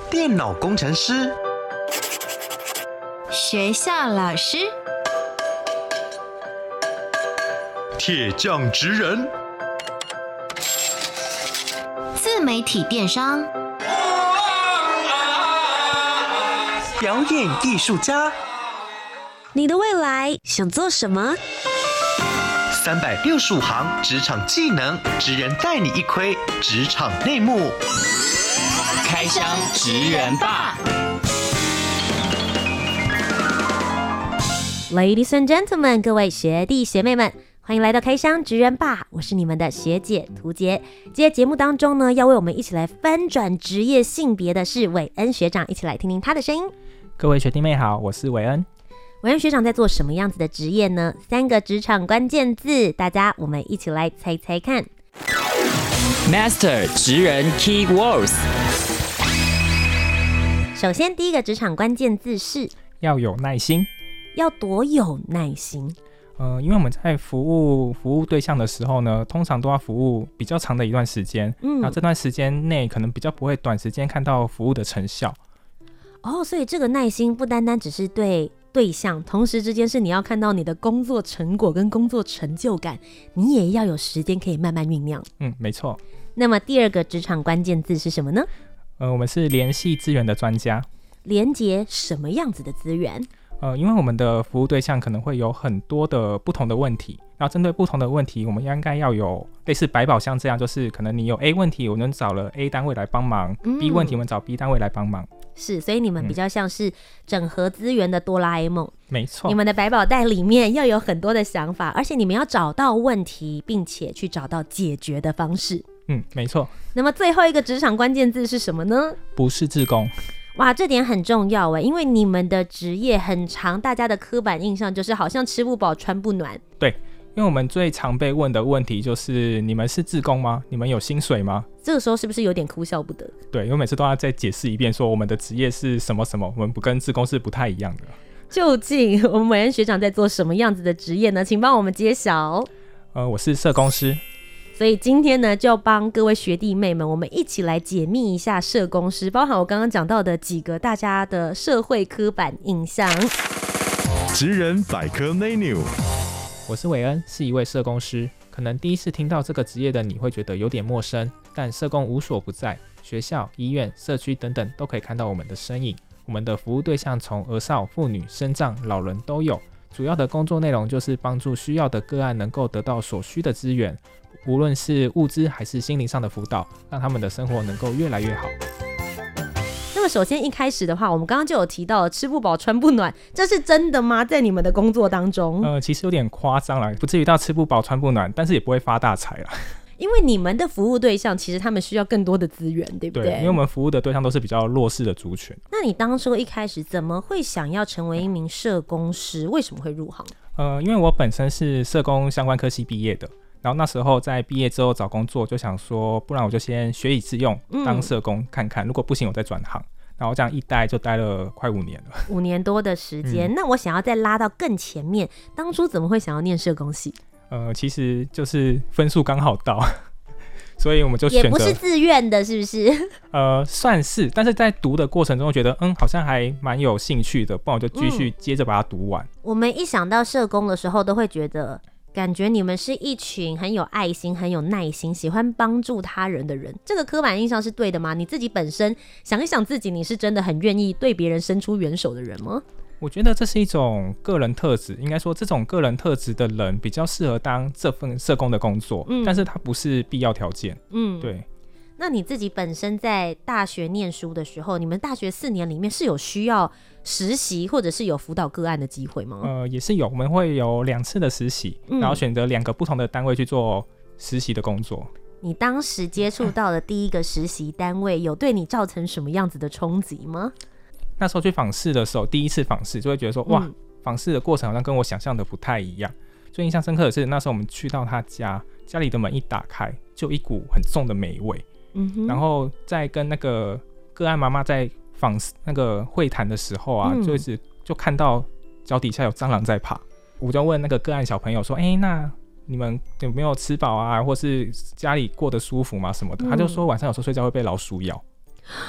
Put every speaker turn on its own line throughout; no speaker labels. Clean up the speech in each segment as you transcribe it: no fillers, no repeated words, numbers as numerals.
电脑工程师，
学校老师，
铁匠职人，
自媒体电商，
表演艺术家。
你的未来想做什么
365行职场技能，职人带你一窥职场内幕。
开箱职人吧
！Ladies and gentlemen， 各位学弟学妹们，欢迎来到开箱职人吧！我是你们的学姐涂洁。今天节目当中呢，要为我们一起来翻转职业性别的是韦恩学长，一起来听听他的声音。
各位学弟妹好，我是韦恩。
韦恩学长在做什么样子的职业呢？3个职场关键字，大家我们一起来猜猜看。
Master 职人 Key Words。
首先，第一个职场关键字是
要有耐心。
要多有耐心？
因为我们在服务对象的时候呢，通常都要服务比较长的一段时间，然后这段时间内可能比较不会短时间看到服务的成效。
所以这个耐心不单单只是对对象，同时之间是你要看到你的工作成果跟工作成就感，你也要有时间可以慢慢酝酿。
没错。
那么第二个职场关键字是什么呢？
我们是联系资源的专家。
连接什么样子的资源？
因为我们的服务对象可能会有很多的不同的问题，然后针对不同的问题，我们应该要有类似百宝箱这样，就是可能你有 A 问题，我们找了 A 单位来帮忙，B 问题我们找 B 单位来帮忙。
是，所以你们比较像是整合资源的哆啦 A 梦。
没错。
你们的百宝袋里面要有很多的想法，而且你们要找到问题，并且去找到解决的方式。
没错。
那么最后一个职场关键字是什么呢？
不是志工。
哇，这点很重要耶，因为你们的职业很长，大家的刻板印象就是好像吃不饱穿不暖。
对，因为我们最常被问的问题就是你们是志工吗？你们有薪水吗？
这个时候是不是有点哭笑不得？
对，因为每次都要再解释一遍，说我们的职业是什么什么，我们不跟志工是不太一样的。
究竟我们韦恩学长在做什么样子的职业呢？请帮我们揭晓。
我是社工师。
所以今天呢，就帮各位学弟妹们，我们一起来解密一下社工师，包含我刚刚讲到的几个大家的社会刻板印象。
职人百科 menu。
我是韦恩，是一位社工师。可能第一次听到这个职业的你会觉得有点陌生，但社工无所不在，学校、医院、社区等等都可以看到我们的身影。我们的服务对象从儿少、妇女、身障、老人都有。主要的工作内容就是帮助需要的个案能够得到所需的资源，无论是物资还是心灵上的辅导，让他们的生活能够越来越好。
那么首先一开始的话，我们刚刚就有提到了吃不饱穿不暖，这是真的吗？在你们的工作当中？
其实有点夸张啦，不至于到吃不饱穿不暖，但是也不会发大财啦。
因为你们的服务对象其实他们需要更多的资源，对不对？
对，因为我们服务的对象都是比较弱势的族群。
那你当初一开始怎么会想要成为一名社工师？为什么会入行？
因为我本身是社工相关科系毕业的，然后那时候在毕业之后找工作，就想说不然我就先学以致用，当社工看看，如果不行我再转行。然后这样一待就待了快5年了，5年
多的时间。那我想要再拉到更前面，当初怎么会想要念社工系？
其实就是分数刚好到所以我们就选择，
也不是自愿的，是不是？
算是，但是在读的过程中觉得好像还蛮有兴趣的，不然我就继续接着把它读完。
我们一想到社工的时候都会觉得感觉你们是一群很有爱心、很有耐心、喜欢帮助他人的人。这个刻板印象是对的吗？你自己本身想一想自己，你是真的很愿意对别人伸出援手的人吗？
我觉得这是一种个人特质，应该说这种个人特质的人比较适合当这份社工的工作，但是它不是必要条件。对。
那你自己本身在大学念书的时候，你们大学4年里面是有需要实习或者是有辅导个案的机会吗？
也是有，我们会有2次的实习，然后选择2个不同的单位去做实习的工作。
你当时接触到的第一个实习单位有对你造成什么样子的冲击吗？
那时候去访视的时候，第一次访视就会觉得说，哇，访视的过程好像跟我想象的不太一样。最印象深刻的是，那时候我们去到他家里的门一打开，就有一股很重的霉味。然后在跟那个个案妈妈在那个会谈的时候啊，就看到脚底下有蟑螂在爬。我就问那个个案小朋友说，那你们有没有吃饱啊，或是家里过得舒服吗什么的？他就说晚上有时候睡觉会被老鼠咬。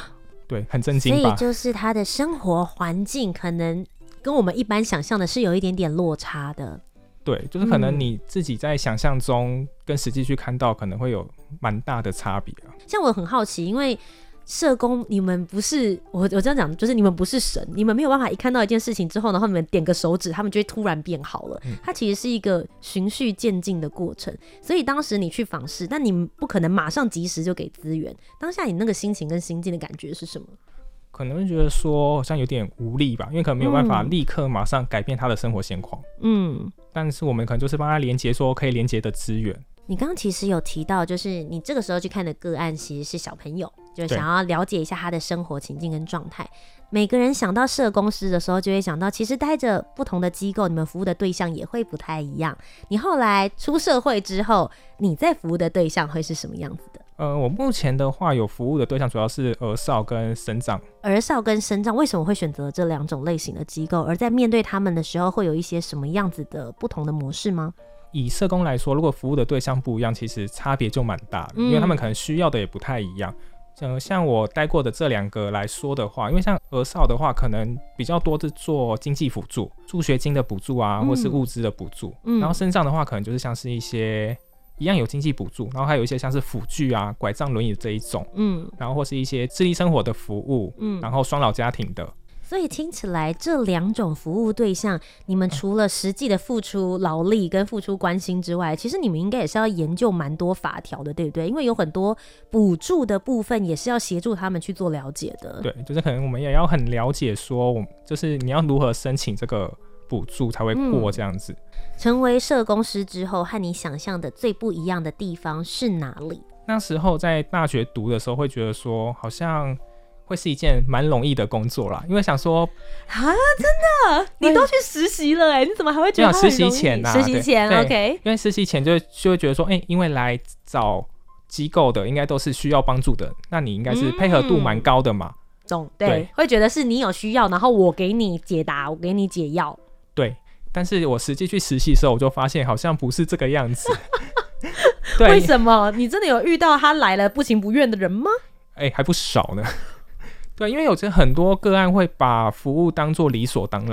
对，很震惊吧。
所以就是他的生活环境可能跟我们一般想象的是有一点点落差的。
对，就是可能你自己在想象中跟实际去看到可能会有蛮大的差别啊。
像我很好奇，因为社工你们不是我这样讲，就是你们不是神，你们没有办法一看到一件事情之后，然后你们点个手指，他们就会突然变好了。它其实是一个循序渐进的过程。所以当时你去访视，但你不可能马上及时就给资源，当下你那个心情跟心境的感觉是什么？
可能会觉得说好像有点无力吧，因为可能没有办法立刻马上改变他的生活现况。但是我们可能就是帮他连接说可以连接的资源。
你刚刚其实有提到，就是你这个时候去看的个案其实是小朋友，就是想要了解一下他的生活情境跟状态。每个人想到社工师的时候，就会想到其实待着不同的机构，你们服务的对象也会不太一样。你后来出社会之后，你在服务的对象会是什么样子的？
我目前的话有服务的对象主要是儿少跟身障。
儿少跟身障为什么会选择这两种类型的机构？而在面对他们的时候，会有一些什么样子的不同的模式吗？
以社工来说，如果服务的对象不一样，其实差别就蛮大的，因为他们可能需要的也不太一样。像我待过的这2个来说的话，因为像儿少的话，可能比较多是做经济辅助，助学金的补助啊，或是物资的补助。然后身障的话，可能就是像是一些一样有经济补助，然后还有一些像是辅具啊、拐杖、轮椅这一种，然后或是一些自立生活的服务，然后双老家庭的。
所以听起来这2种服务对象，你们除了实际的付出劳力跟付出关心之外，其实你们应该也是要研究蛮多法条的，对不对？因为有很多补助的部分也是要协助他们去做了解的。
对，就是可能我们也要很了解说，就是你要如何申请这个补助才会过这样子。
成为社工师之后，和你想象的最不一样的地方是哪里？
那时候在大学读的时候，会觉得说好像会是一件蛮容易的工作啦，因为想说
啊，真的，你都去实习了你怎么还会觉得它很容易？
实习前啊，
实习前 OK，
因为实习前就会觉得说，因为来找机构的应该都是需要帮助的，那你应该是配合度蛮高的嘛。
对，会觉得是你有需要，然后我给你解答，我给你解药。
对，但是我实际去实习的时候，我就发现好像不是这个样子。对，
为什么？你真的有遇到他来了不情不愿的人吗？
还不少呢。对，因为有很多个案会把服务当作理所当然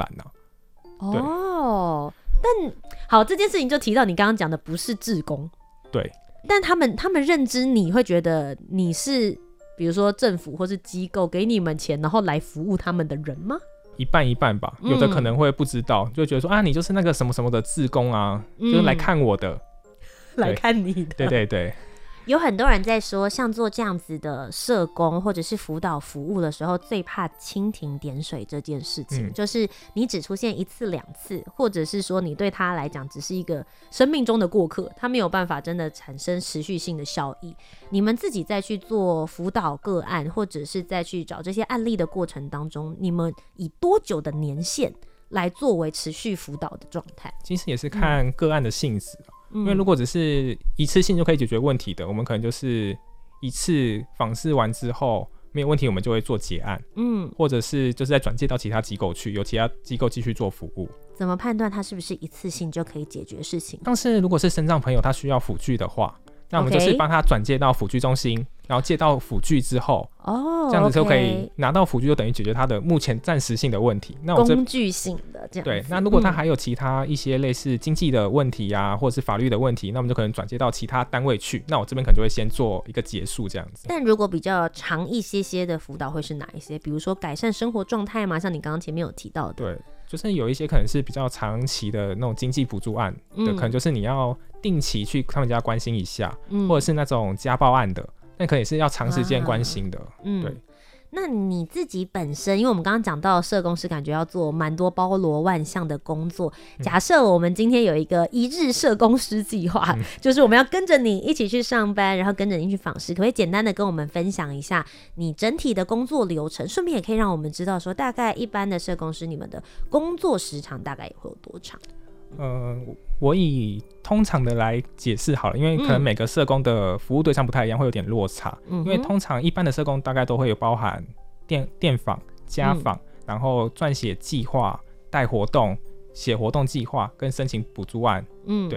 但好，这件事情就提到你刚刚讲的不是志工。
对，
但他们认知你会觉得你是比如说政府或是机构给你们钱然后来服务他们的人吗？
一半一半吧，有的可能会不知道，就觉得说你就是那个什么什么的志工啊，就是来看我的，
来看你的。
对对对。
有很多人在说，像做这样子的社工或者是辅导服务的时候，最怕蜻蜓点水这件事情，就是你只出现1次2次，或者是说你对他来讲只是一个生命中的过客，他没有办法真的产生持续性的效益。你们自己在去做辅导个案，或者是在去找这些案例的过程当中，你们以多久的年限来作为持续辅导的状态？
其实也是看个案的性质因为如果只是一次性就可以解决问题的，我们可能就是一次访视完之后没有问题，我们就会做结案，或者是就是再转介到其他机构去，由其他机构继续做服务。
怎么判断它是不是一次性就可以解决事情？
但是如果是身障朋友他需要辅具的话，那我们就是帮他转介到辅具中心，然后借到辅具之后，这样子就可以拿到辅具，就等于解决他的目前暂时性的问题。那我
工具性的这样子。
对，那如果他还有其他一些类似经济的问题啊，或者是法律的问题，那我们就可能转接到其他单位去。那我这边可能就会先做一个结束这样子。
但如果比较长一些的辅导会是哪一些？比如说改善生活状态嘛，像你刚刚前面有提到的。
对，就是有一些可能是比较长期的那种经济补助案的，可能就是你要定期去他们家关心一下，或者是那种家暴案的，那可能也是要长时间关心的。对。
那你自己本身，因为我们刚刚讲到社工师感觉要做蛮多包罗万象的工作，假设我们今天有一个1日社工师计划，就是我们要跟着你一起去上班，然后跟着你去访视，可不可以简单的跟我们分享一下你整体的工作流程，顺便也可以让我们知道说大概一般的社工师你们的工作时长大概也会有多长？
我以通常的来解释好了，因为可能每个社工的服务对象不太一样，会有点落差。因为通常一般的社工大概都会有包含电访、家访，然后撰写计划、带活动、写活动计划跟申请补助案。对，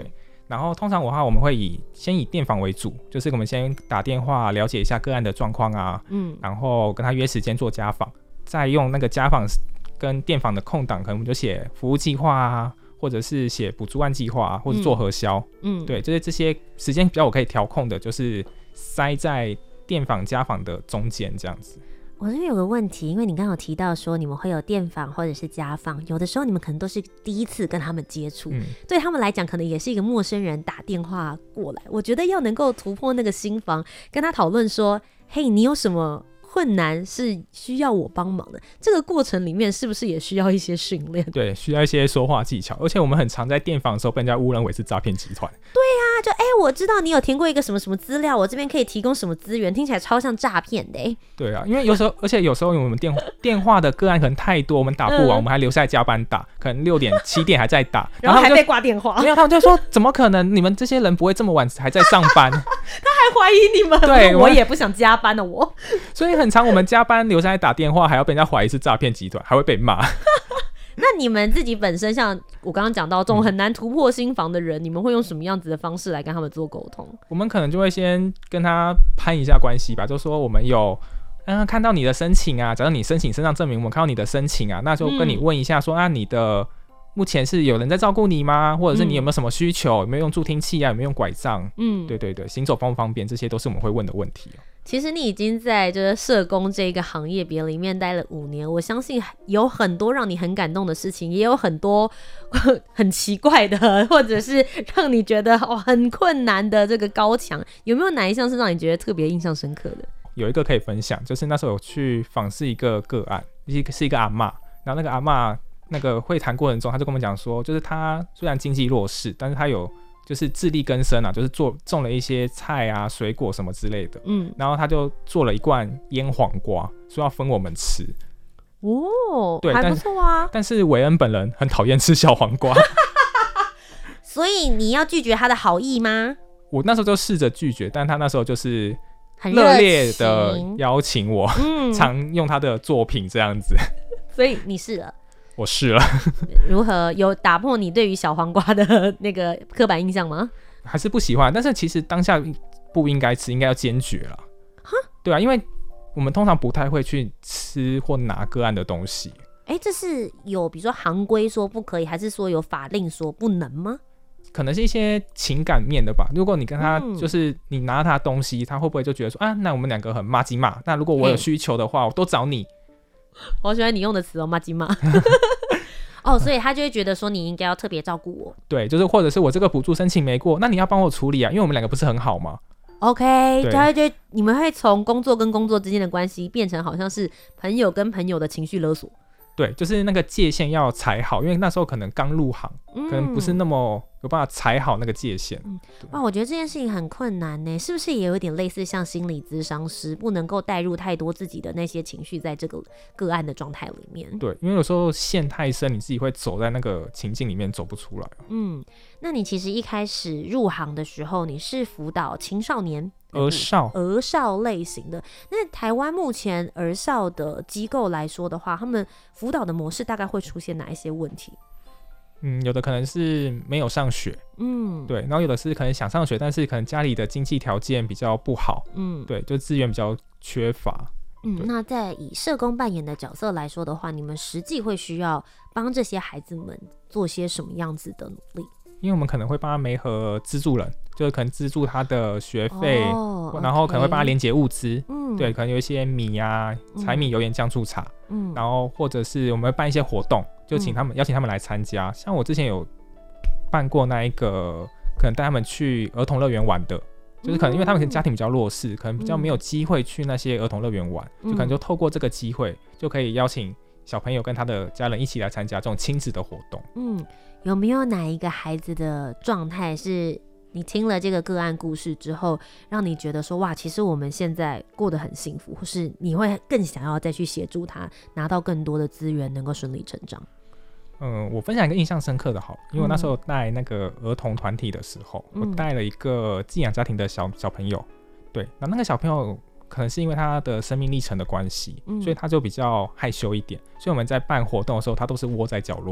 然后通常的话，我们会先以电访为主，就是我们先打电话了解一下个案的状况啊，然后跟他约时间做家访，再用那个家访跟电访的空档，可能我们就写服务计划啊，或者是写补助案计划啊，或者做核销，对，就是这些时间比较我可以调控的，就是塞在电访家访的中间这样子。
我这边有个问题，因为你刚刚有提到说你们会有电访或者是家访，有的时候你们可能都是第一次跟他们接触，对他们来讲可能也是一个陌生人打电话过来，我觉得要能够突破那个心防，跟他讨论说，嘿，你有什么困难是需要我帮忙的，这个过程里面是不是也需要一些训练？
对，需要一些说话技巧，而且我们很常在电访的时候被人家误认为是诈骗集团。
对啊，就我知道你有填过一个什么什么资料，我这边可以提供什么资源，听起来超像诈骗的。对
啊，因为有时候，而且有时候我们电话的个案可能太多，我们打不完，我们还留下来加班打，可能6点7点还在打，
然后还被挂电话。
没有，他们就说怎么可能？你们这些人不会这么晚还在上班？
他还怀疑你们。对，我也不想加班的我。
所以很常我们加班留下来打电话，还要被人家怀疑是诈骗集团，还会被骂。
那你们自己本身像我刚刚讲到这种很难突破心防的人，你们会用什么样子的方式来跟他们做沟通？
我们可能就会先跟他攀一下关系吧，就说我们有看到你的申请啊，假如你申请身障证明，我们看到你的申请啊，那就跟你问一下说你的目前是有人在照顾你吗？或者是你有没有什么需求？有没有用助听器啊？有没有用拐杖？对对对，行走方不方便？这些都是我们会问的问题。
其实你已经在就是社工这个行业别里面待了5年，我相信有很多让你很感动的事情，也有很多很奇怪的，或者是让你觉得很困难的这个高墙。有没有哪一项是让你觉得特别印象深刻的？
有一个可以分享，就是那时候有去访视一个个案，是一个阿嬷，然后那个阿嬷那个会谈过程中，他就跟我们讲说，就是他虽然经济弱势，但是他有就是自力更生啊，就是种了一些菜啊、水果什么之类的，然后他就做了一罐腌黄瓜，说要分我们吃。对，还不错啊。但是韦恩本人很讨厌吃小黄瓜，
所以你要拒绝他的好意吗？
我那时候就试着拒绝，但他那时候就是热烈的邀请我，常用他的作品这样子。
所以你试了？
我试了。
如何？有打破你对于小黄瓜的那个刻板印象吗？
还是不喜欢，但是其实当下不应该吃，应该要坚决了。对啊，因为我们通常不太会去吃或拿个案的东西。
这是有比如说行规说不可以，还是说有法令说不能吗？
可能是一些情感面的吧。如果你跟他就是你拿他东西，他会不会就觉得说那我们两个很麻吉嘛？那如果我有需求的话，我都找你。
我好喜欢你用的词麻吉嘛。所以他就会觉得说你应该要特别照顾我。对，
就是或者是我这个补助申请没过，那你要帮我处理啊，因为我们两个不是很好吗？
OK， 他就你们会从工作跟工作之间的关系变成好像是朋友跟朋友的情绪勒索。
对，就是那个界限要踩好，因为那时候可能刚入行，可能不是那么有办法踩好那个界限。
我觉得这件事情很困难呢，是不是也有点类似像心理咨商师，不能够带入太多自己的那些情绪在这个个案的状态里面？
对，因为有时候陷太深，你自己会走在那个情境里面走不出来。
那你其实一开始入行的时候，你是辅导青少年？儿少类型的。那台湾目前儿少的机构来说的话，他们辅导的模式大概会出现哪一些问题？
有的可能是没有上学，对，然后有的是可能想上学，但是可能家里的经济条件比较不好，对，就资源比较缺乏。
那在以社工扮演的角色来说的话，你们实际会需要帮这些孩子们做些什么样子的努力？
因为我们可能会帮他媒合资助人，就是可能资助他的学费，然后可能会帮他连结物资，对，可能有一些米啊、柴米油盐酱醋茶，然后或者是我们会办一些活动，就邀请他们来参加。像我之前有办过那一个，可能带他们去儿童乐园玩的，就是可能因为他们家庭比较弱势，可能比较没有机会去那些儿童乐园玩，就可能就透过这个机会，就可以邀请小朋友跟他的家人一起来参加这种亲子的活动。
有没有哪一个孩子的状态是你听了这个个案故事之后，让你觉得说哇，其实我们现在过得很幸福，或是你会更想要再去协助他拿到更多的资源，能够顺利成长？
我分享一个印象深刻的好，因为我那时候带那个儿童团体的时候，我带了一个寄养家庭的小朋友，对，那个小朋友可能是因为他的生命历程的关系，所以他就比较害羞一点，所以我们在办活动的时候，他都是窝在角落的。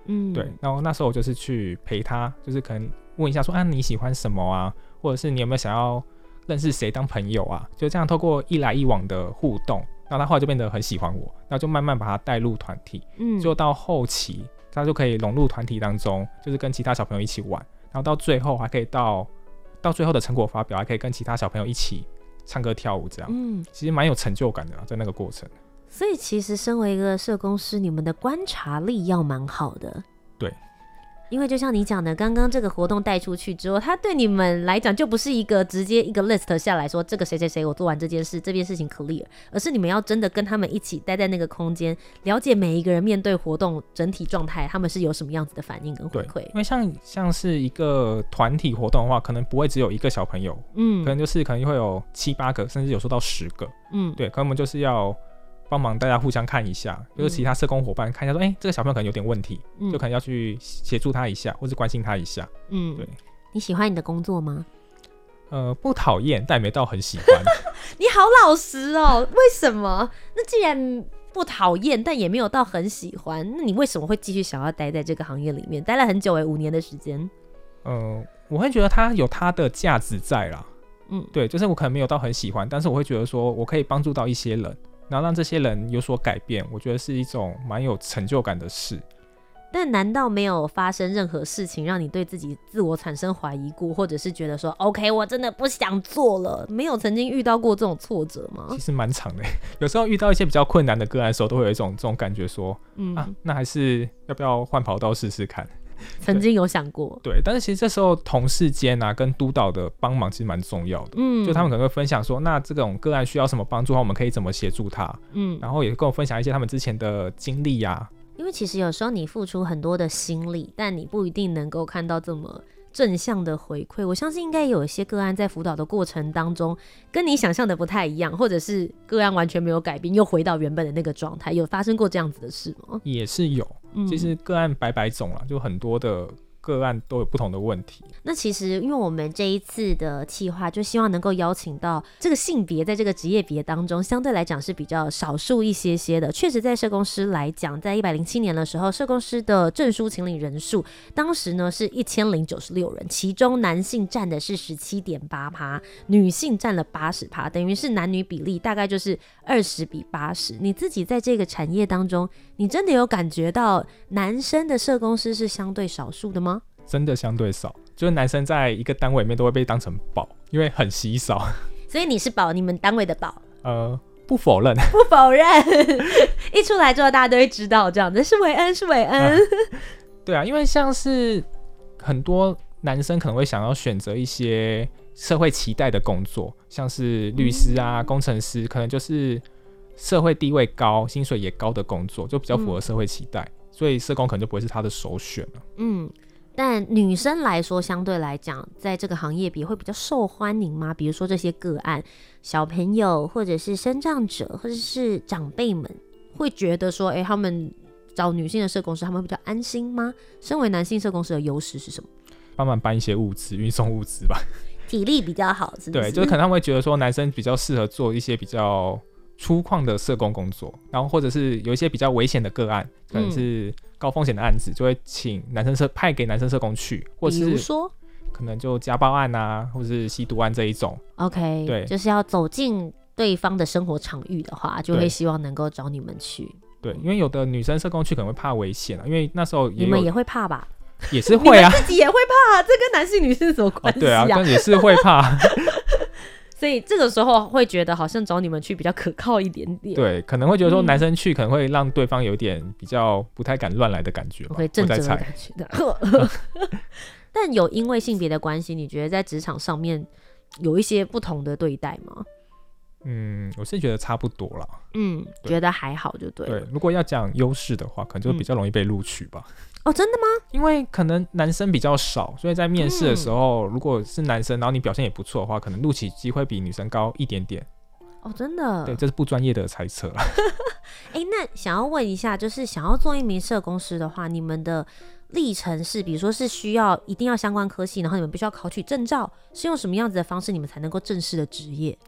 对，然后那时候我就是去陪他，就是可能问一下说啊你喜欢什么啊，或者是你有没有想要认识谁当朋友啊，就这样透过一来一往的互动，然后他后来就变得很喜欢我，然后就慢慢把他带入团体，就到后期他就可以融入团体当中，就是跟其他小朋友一起玩，然后到最后还可以到最后的成果发表，还可以跟其他小朋友一起唱歌跳舞，这样，其实蛮有成就感的在那个过程。
所以其实身为一个社工师，你们的观察力要蛮好的。
对，
因为就像你讲的，刚刚这个活动带出去之后，它对你们来讲就不是一个直接一个 list 下来说这个谁谁谁我做完这件事情 clear， 而是你们要真的跟他们一起待在那个空间，了解每一个人面对活动整体状态，他们是有什么样子的反应跟回馈。
因为像是一个团体活动的话，可能不会只有一个小朋友，可能会有7、8个，甚至有时候到10个，对，可能我们就是要帮忙大家互相看一下，就是其他社工伙伴看一下说，这个小朋友可能有点问题，就可能要去协助他一下，或是关心他一下。对。
你喜欢你的工作吗？
不讨厌，但也没到很喜欢。
你好老实哦，为什么？那既然不讨厌，但也没有到很喜欢，那你为什么会继续想要待在这个行业里面？待了很久5年的时间。
我会觉得它有它的价值在啦。对，就是我可能没有到很喜欢，但是我会觉得说我可以帮助到一些人，然后让这些人有所改变，我觉得是一种蛮有成就感的事。
但难道没有发生任何事情让你对自己自我产生怀疑过，或者是觉得说 OK 我真的不想做了？没有曾经遇到过这种挫折吗？
其实蛮长的，有时候遇到一些比较困难的个案的时候，都会有这种感觉说，那还是要不要换跑道试试看？
曾经有想过，
对，但是其实这时候同事间啊跟督导的帮忙其实蛮重要的，就他们可能会分享说，那这种个案需要什么帮助的话，我们可以怎么协助他，然后也跟我分享一些他们之前的经历啊。
因为其实有时候你付出很多的心力，但你不一定能够看到这么正向的回馈。我相信应该有一些个案在辅导的过程当中跟你想象的不太一样，或者是个案完全没有改变，又回到原本的那个状态。有发生过这样子的事吗？
也是有，其实个案百百种啦，就很多的个案都有不同的问题。
那其实因为我们这一次的企划就希望能够邀请到这个性别在这个职业别当中相对来讲是比较少数一些些的。确实在社工师来讲，在107年的时候，社工师的证书请领人数当时呢是1096人，其中男性占的是 17.8%， 女性占了 80%， 等于是男女比例大概就是20比80。你自己在这个产业当中，你真的有感觉到男生的社工师是相对少数的吗？
真的相对少，就是男生在一个单位里面都会被当成宝，因为很稀少。
所以你是宝，你们单位的宝？
不否认，
不否认。一出来之后，大家都会知道，这样子是韦恩，是韦恩。
对啊，因为像是很多男生可能会想要选择一些社会期待的工作，像是律师啊、工程师，可能就是社会地位高、薪水也高的工作，就比较符合社会期待。所以社工可能就不会是他的首选了。
但女生来说，相对来讲，在这个行业比会比较受欢迎吗？比如说这些个案，小朋友或者是身障者，或者是长辈们，会觉得说，他们找女性的社工师，他们会比较安心吗？身为男性社工师的优势是什么？
帮忙搬一些物资，运送物资吧。
体力比较好，是不是？
对，就是可能他们会觉得说，男生比较适合做一些比较粗犷的社工工作，然后或者是有一些比较危险的个案，可能是高风险的案子，就会请派给男生社工去，或者是比如说可能就家暴案啊，或者是吸毒案这一种。
OK， 对，就是要走进对方的生活场域的话，就会希望能够找你们去。
对，因为有的女生社工去可能会怕危险因为那时候
你们也会怕吧？
也是会啊，
你们自己也会怕这跟男性女性什么关系
对啊，但也是会怕。
所以这个时候会觉得好像找你们去比较可靠一点点。
对，可能会觉得说男生去可能会让对方有点比较不太敢乱来的感觉吧，
会震慑的感觉的。但有因为性别的关系，你觉得在职场上面有一些不同的对待吗？
我是觉得差不多啦。
觉得还好就对了。
对，如果要讲优势的话，可能就比较容易被录取吧。
哦，真的吗？
因为可能男生比较少，所以在面试的时候，如果是男生，然后你表现也不错的话，可能录取机会比女生高一点点。
哦，真的？
对，这是不专业的猜测啦。
那想要问一下，就是想要做一名社工师的话，你们的历程是，比如说是需要一定要相关科系，然后你们必须要考取证照，是用什么样子的方式你们才能够正式的职业？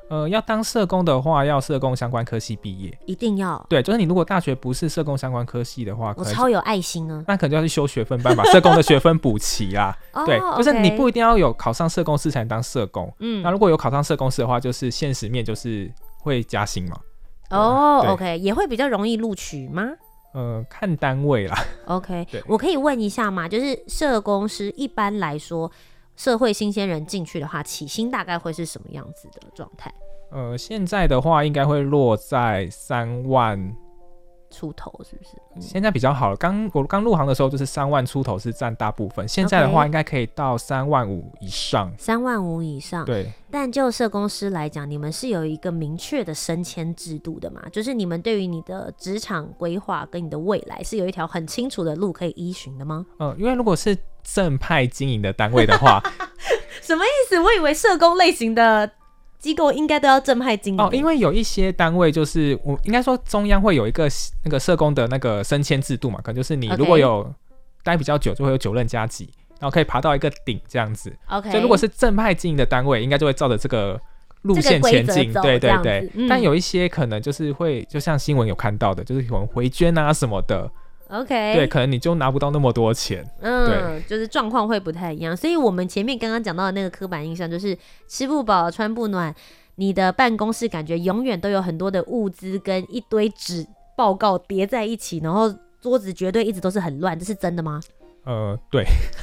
要当社工的话，要社工相关科系毕业，
一定要。
对，就是你如果大学不是社工相关科系的话，
我超有爱心啊，
那可能就要去修学分班，把社工的学分补齐啦。对，就是你不一定要有考上社工师才能当社工。那如果有考上社工师的话，就是现实面就是会加薪嘛。
OK， 也会比较容易录取吗？
看单位啦。
OK， 我可以问一下吗？就是社工师一般来说，社会新鲜人进去的话，起薪大概会是什么样子的状态？
现在的话应该会落在3万
出头，是不是？
现在比较好了。我刚入行的时候就是3万出头是占大部分，现在的话应该可以到3万5以上。
3万5以上，
对。
但就社工师来讲，你们是有一个明确的升迁制度的嘛？就是你们对于你的职场规划跟你的未来是有一条很清楚的路可以依循的吗？
因为如果是正派经营的单位的话，
什么意思？我以为社工类型的机构应该都要正派经营
因为有一些单位就是我应该说中央会有一个那个社工的那个升迁制度嘛，可能就是你如果有待比较久，就会有9任加级，然后可以爬到一个顶这样子。所以如果是正派经营的单位，应该就会照着这个路线前进。对对对。但有一些可能就是会，就像新闻有看到的，就是有人回捐啊什么的。
OK，
对，可能你就拿不到那么多钱。对，
就是状况会不太一样。所以我们前面刚刚讲到的那个刻板印象，就是吃不饱穿不暖，你的办公室感觉永远都有很多的物资跟一堆纸报告叠在一起，然后桌子绝对一直都是很乱，这是真的吗？
对。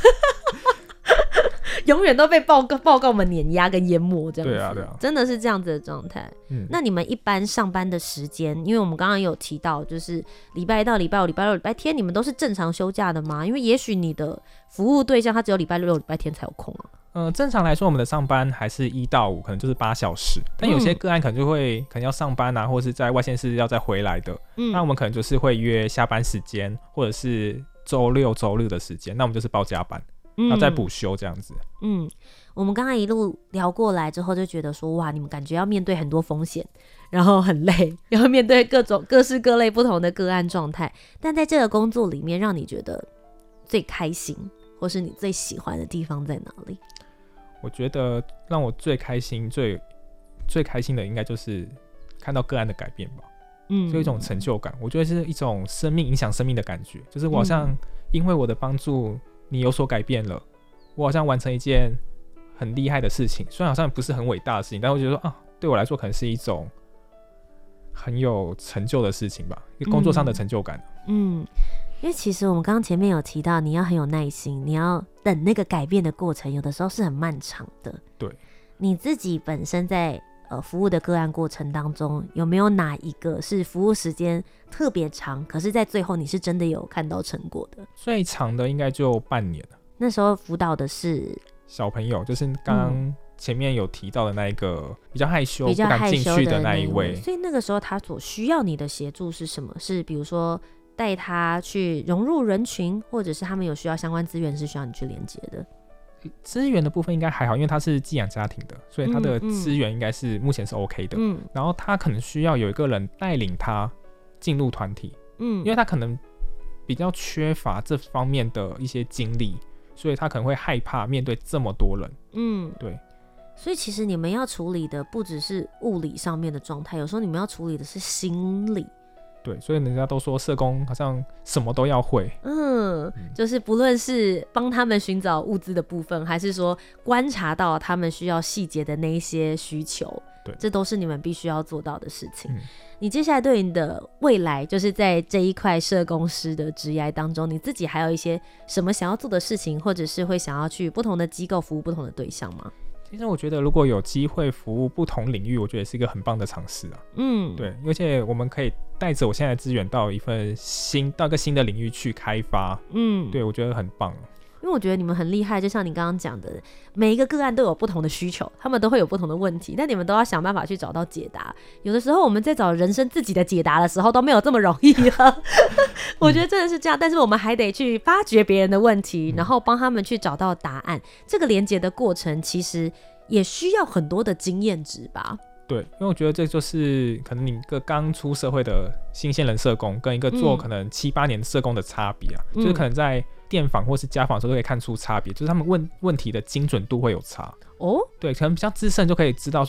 永远都被报告们碾压跟淹没这样子。
对啊，
真的是这样子的状态。那你们一般上班的时间，因为我们刚刚有提到，就是礼拜一到礼拜五、礼拜六、礼拜天，你们都是正常休假的吗？因为也许你的服务对象他只有礼拜六、礼拜天才有空啊。
正常来说，我们的上班还是1到5，可能就是8小时。但有些个案可能就会可能要上班啊，或是在外县市要再回来的。那我们可能就是会约下班时间，或者是周六、周日的时间，那我们就是包加班。然后再补休这样子。
我们刚刚一路聊过来之后，就觉得说，哇，你们感觉要面对很多风险，然后很累，要面对各式各类不同的个案状态。但在这个工作里面，让你觉得最开心，或是你最喜欢的地方在哪里？
我觉得让我最开心、最开心的，应该就是看到个案的改变吧。就一种成就感。我觉得是一种影响生命的感觉，就是我好像因为我的帮助。你有所改变了，我好像完成一件很厉害的事情，虽然好像不是很伟大的事情，但我觉得说对我来说可能是一种很有成就的事情吧，一个工作上的成就感。
因为其实我们刚刚前面有提到，你要很有耐心，你要等那个改变的过程，有的时候是很漫长的。
对，
你自己本身在服务的个案过程当中，有没有哪一个是服务时间特别长，可是在最后你是真的有看到成果的？
最长的应该就半年了。
那时候辅导的是
小朋友，就是刚刚前面有提到的那一个比较害羞、不敢进去的那一位。
所以那个时候他所需要你的协助是什么？是比如说带他去融入人群，或者是他们有需要相关资源是需要你去连接的？
资源的部分应该还好，因为他是寄养家庭的，所以他的资源应该是目前是 OK 的。然后他可能需要有一个人带领他进入团体，因为他可能比较缺乏这方面的一些经历，所以他可能会害怕面对这么多人。对。
所以其实你们要处理的不只是物理上面的状态，有时候你们要处理的是心理。
对，所以人家都说社工好像什么都要会。
就是不论是帮他们寻找物资的部分，还是说观察到他们需要细节的那一些需求，
对，
这都是你们必须要做到的事情。你接下来对你的未来，就是在这一块社工师的职业当中，你自己还有一些什么想要做的事情，或者是会想要去不同的机构服务不同的对象吗？
其实我觉得如果有机会服务不同领域，我觉得也是一个很棒的尝试啊。对，而且我们可以带着我现在的资源到一个新的领域去开发。对，我觉得很棒。
因为我觉得你们很厉害，就像你刚刚讲的，每一个个案都有不同的需求，他们都会有不同的问题，但你们都要想办法去找到解答。有的时候我们在找人生自己的解答的时候都没有这么容易了。我觉得真的是这样，但是我们还得去发掘别人的问题，然后帮他们去找到答案。这个连结的过程其实也需要很多的经验值吧。
对，因为我觉得这就是可能你一个刚出社会的新鲜人社工跟一个做可能7、8年社工的差别啊，就是可能在电访或是家访的时候都可以看出差别，就是他们问题的精准度会有差。对，可能比较资深就可以知道说，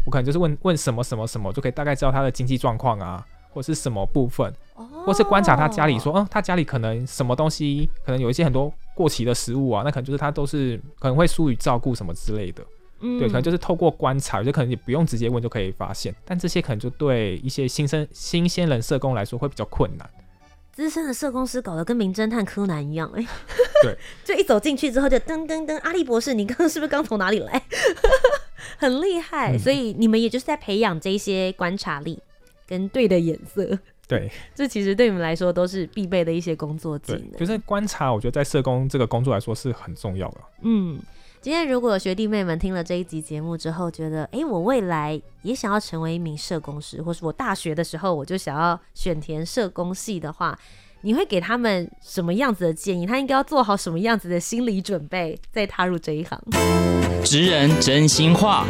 我可能就是问什么什么什么，就可以大概知道他的经济状况啊，或是什么部分，或是观察他家里说，他家里可能什么东西，可能有一些很多过期的食物啊，那可能就是他都是可能会疏于照顾什么之类的。对，可能就是透过观察，就可能也不用直接问就可以发现，但这些可能就对一些新鲜人社工来说会比较困难。
资深的社工师搞得跟名侦探柯南一样，
对，
就一走进去之后就噔噔噔，阿笠博士，你刚刚是不是刚从哪里来？很厉害，所以你们也就是在培养这些观察力跟对的眼色。
对，
这其实对你们来说都是必备的一些工作技能。
对，就是观察，我觉得在社工这个工作来说是很重要的。
今天如果有学弟妹们听了这一集节目之后，觉得我未来也想要成为一名社工师，或是我大学的时候我就想要选填社工系的话，你会给他们什么样子的建议？他应该要做好什么样子的心理准备，再踏入这一行？
职人真心话，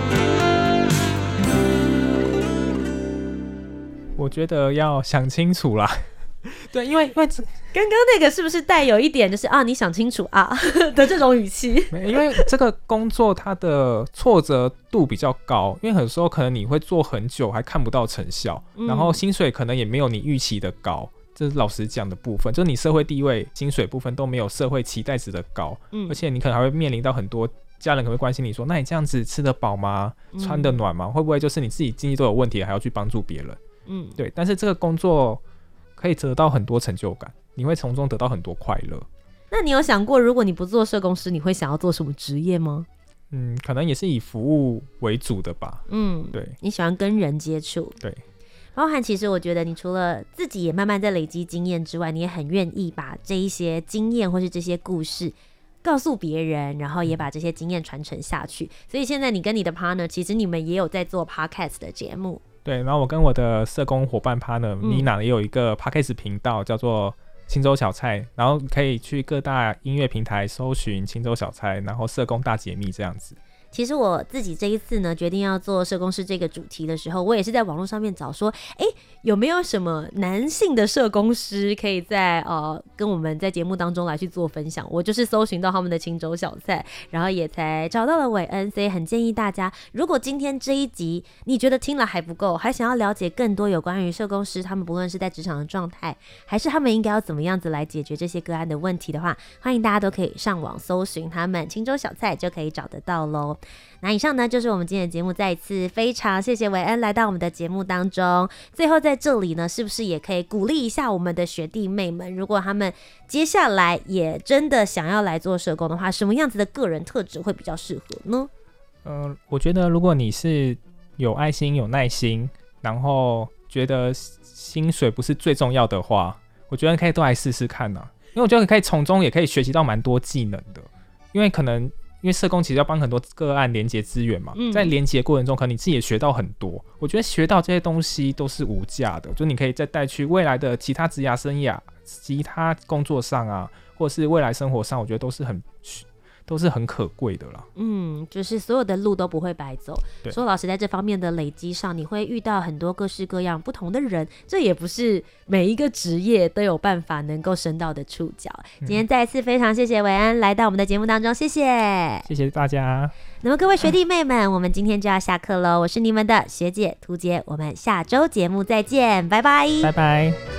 我觉得要想清楚啦。对，因为刚
刚那个是不是带有一点就是你想清楚啊的这种语气？
因为这个工作它的挫折度比较高，因为很多时候可能你会做很久还看不到成效，然后薪水可能也没有你预期的高，这是老实讲的部分，就是你社会地位、薪水部分都没有社会期待值的高，而且你可能还会面临到很多家人可能会关心你说，那你这样子吃得饱吗？穿得暖吗？会不会就是你自己经济都有问题，还要去帮助别人？对，但是这个工作可以得到很多成就感，你会从中得到很多快乐。
那你有想过，如果你不做社工师，你会想要做什么职业吗？
可能也是以服务为主的吧。对，
你喜欢跟人接触。
对，
包含其实我觉得你除了自己也慢慢在累积经验之外，你也很愿意把这一些经验或是这些故事告诉别人，然后也把这些经验传承下去。所以现在你跟你的 partner 其实你们也有在做 podcast 的节目。
对，然后我跟我的社工伙伴 partner Nina 也有一个 podcast 频道叫做青州小菜，然后可以去各大音乐平台搜寻青州小菜，然后社工大解密这样子。
其实我自己这一次呢，决定要做社工师这个主题的时候，我也是在网络上面找说，有没有什么男性的社工师可以在跟我们在节目当中来去做分享。我就是搜寻到他们的青州小菜，然后也才找到了韦恩，所以很建议大家，如果今天这一集你觉得听了还不够，还想要了解更多有关于社工师他们不论是在职场的状态，还是他们应该要怎么样子来解决这些个案的问题的话，欢迎大家都可以上网搜寻他们青州小菜就可以找得到咯。那以上呢就是我们今天的节目，再一次非常谢谢韦恩来到我们的节目当中。最后在这里呢，是不是也可以鼓励一下我们的学弟妹们，如果他们接下来也真的想要来做社工的话，什么样子的个人特质会比较适合呢？
我觉得如果你是有爱心有耐心，然后觉得薪水不是最重要的话，我觉得可以都来试试看啊，因为我觉得可以从中也可以学习到蛮多技能的。因为社工其实要帮很多个案连接资源嘛，在连接过程中可能你自己也学到很多，我觉得学到这些东西都是无价的，就你可以再带去未来的其他职涯生涯、其他工作上啊，或是未来生活上，我觉得都是很可贵的啦。
就是所有的路都不会白走。说老实，在这方面的累积上，你会遇到很多各式各样不同的人，这也不是每一个职业都有办法能够升到的触角。今天再一次非常谢谢韦恩来到我们的节目当中，谢谢
大家。
那么各位学弟妹们，我们今天就要下课了，我是你们的学姐涂洁，我们下周节目再见，拜拜，
拜拜。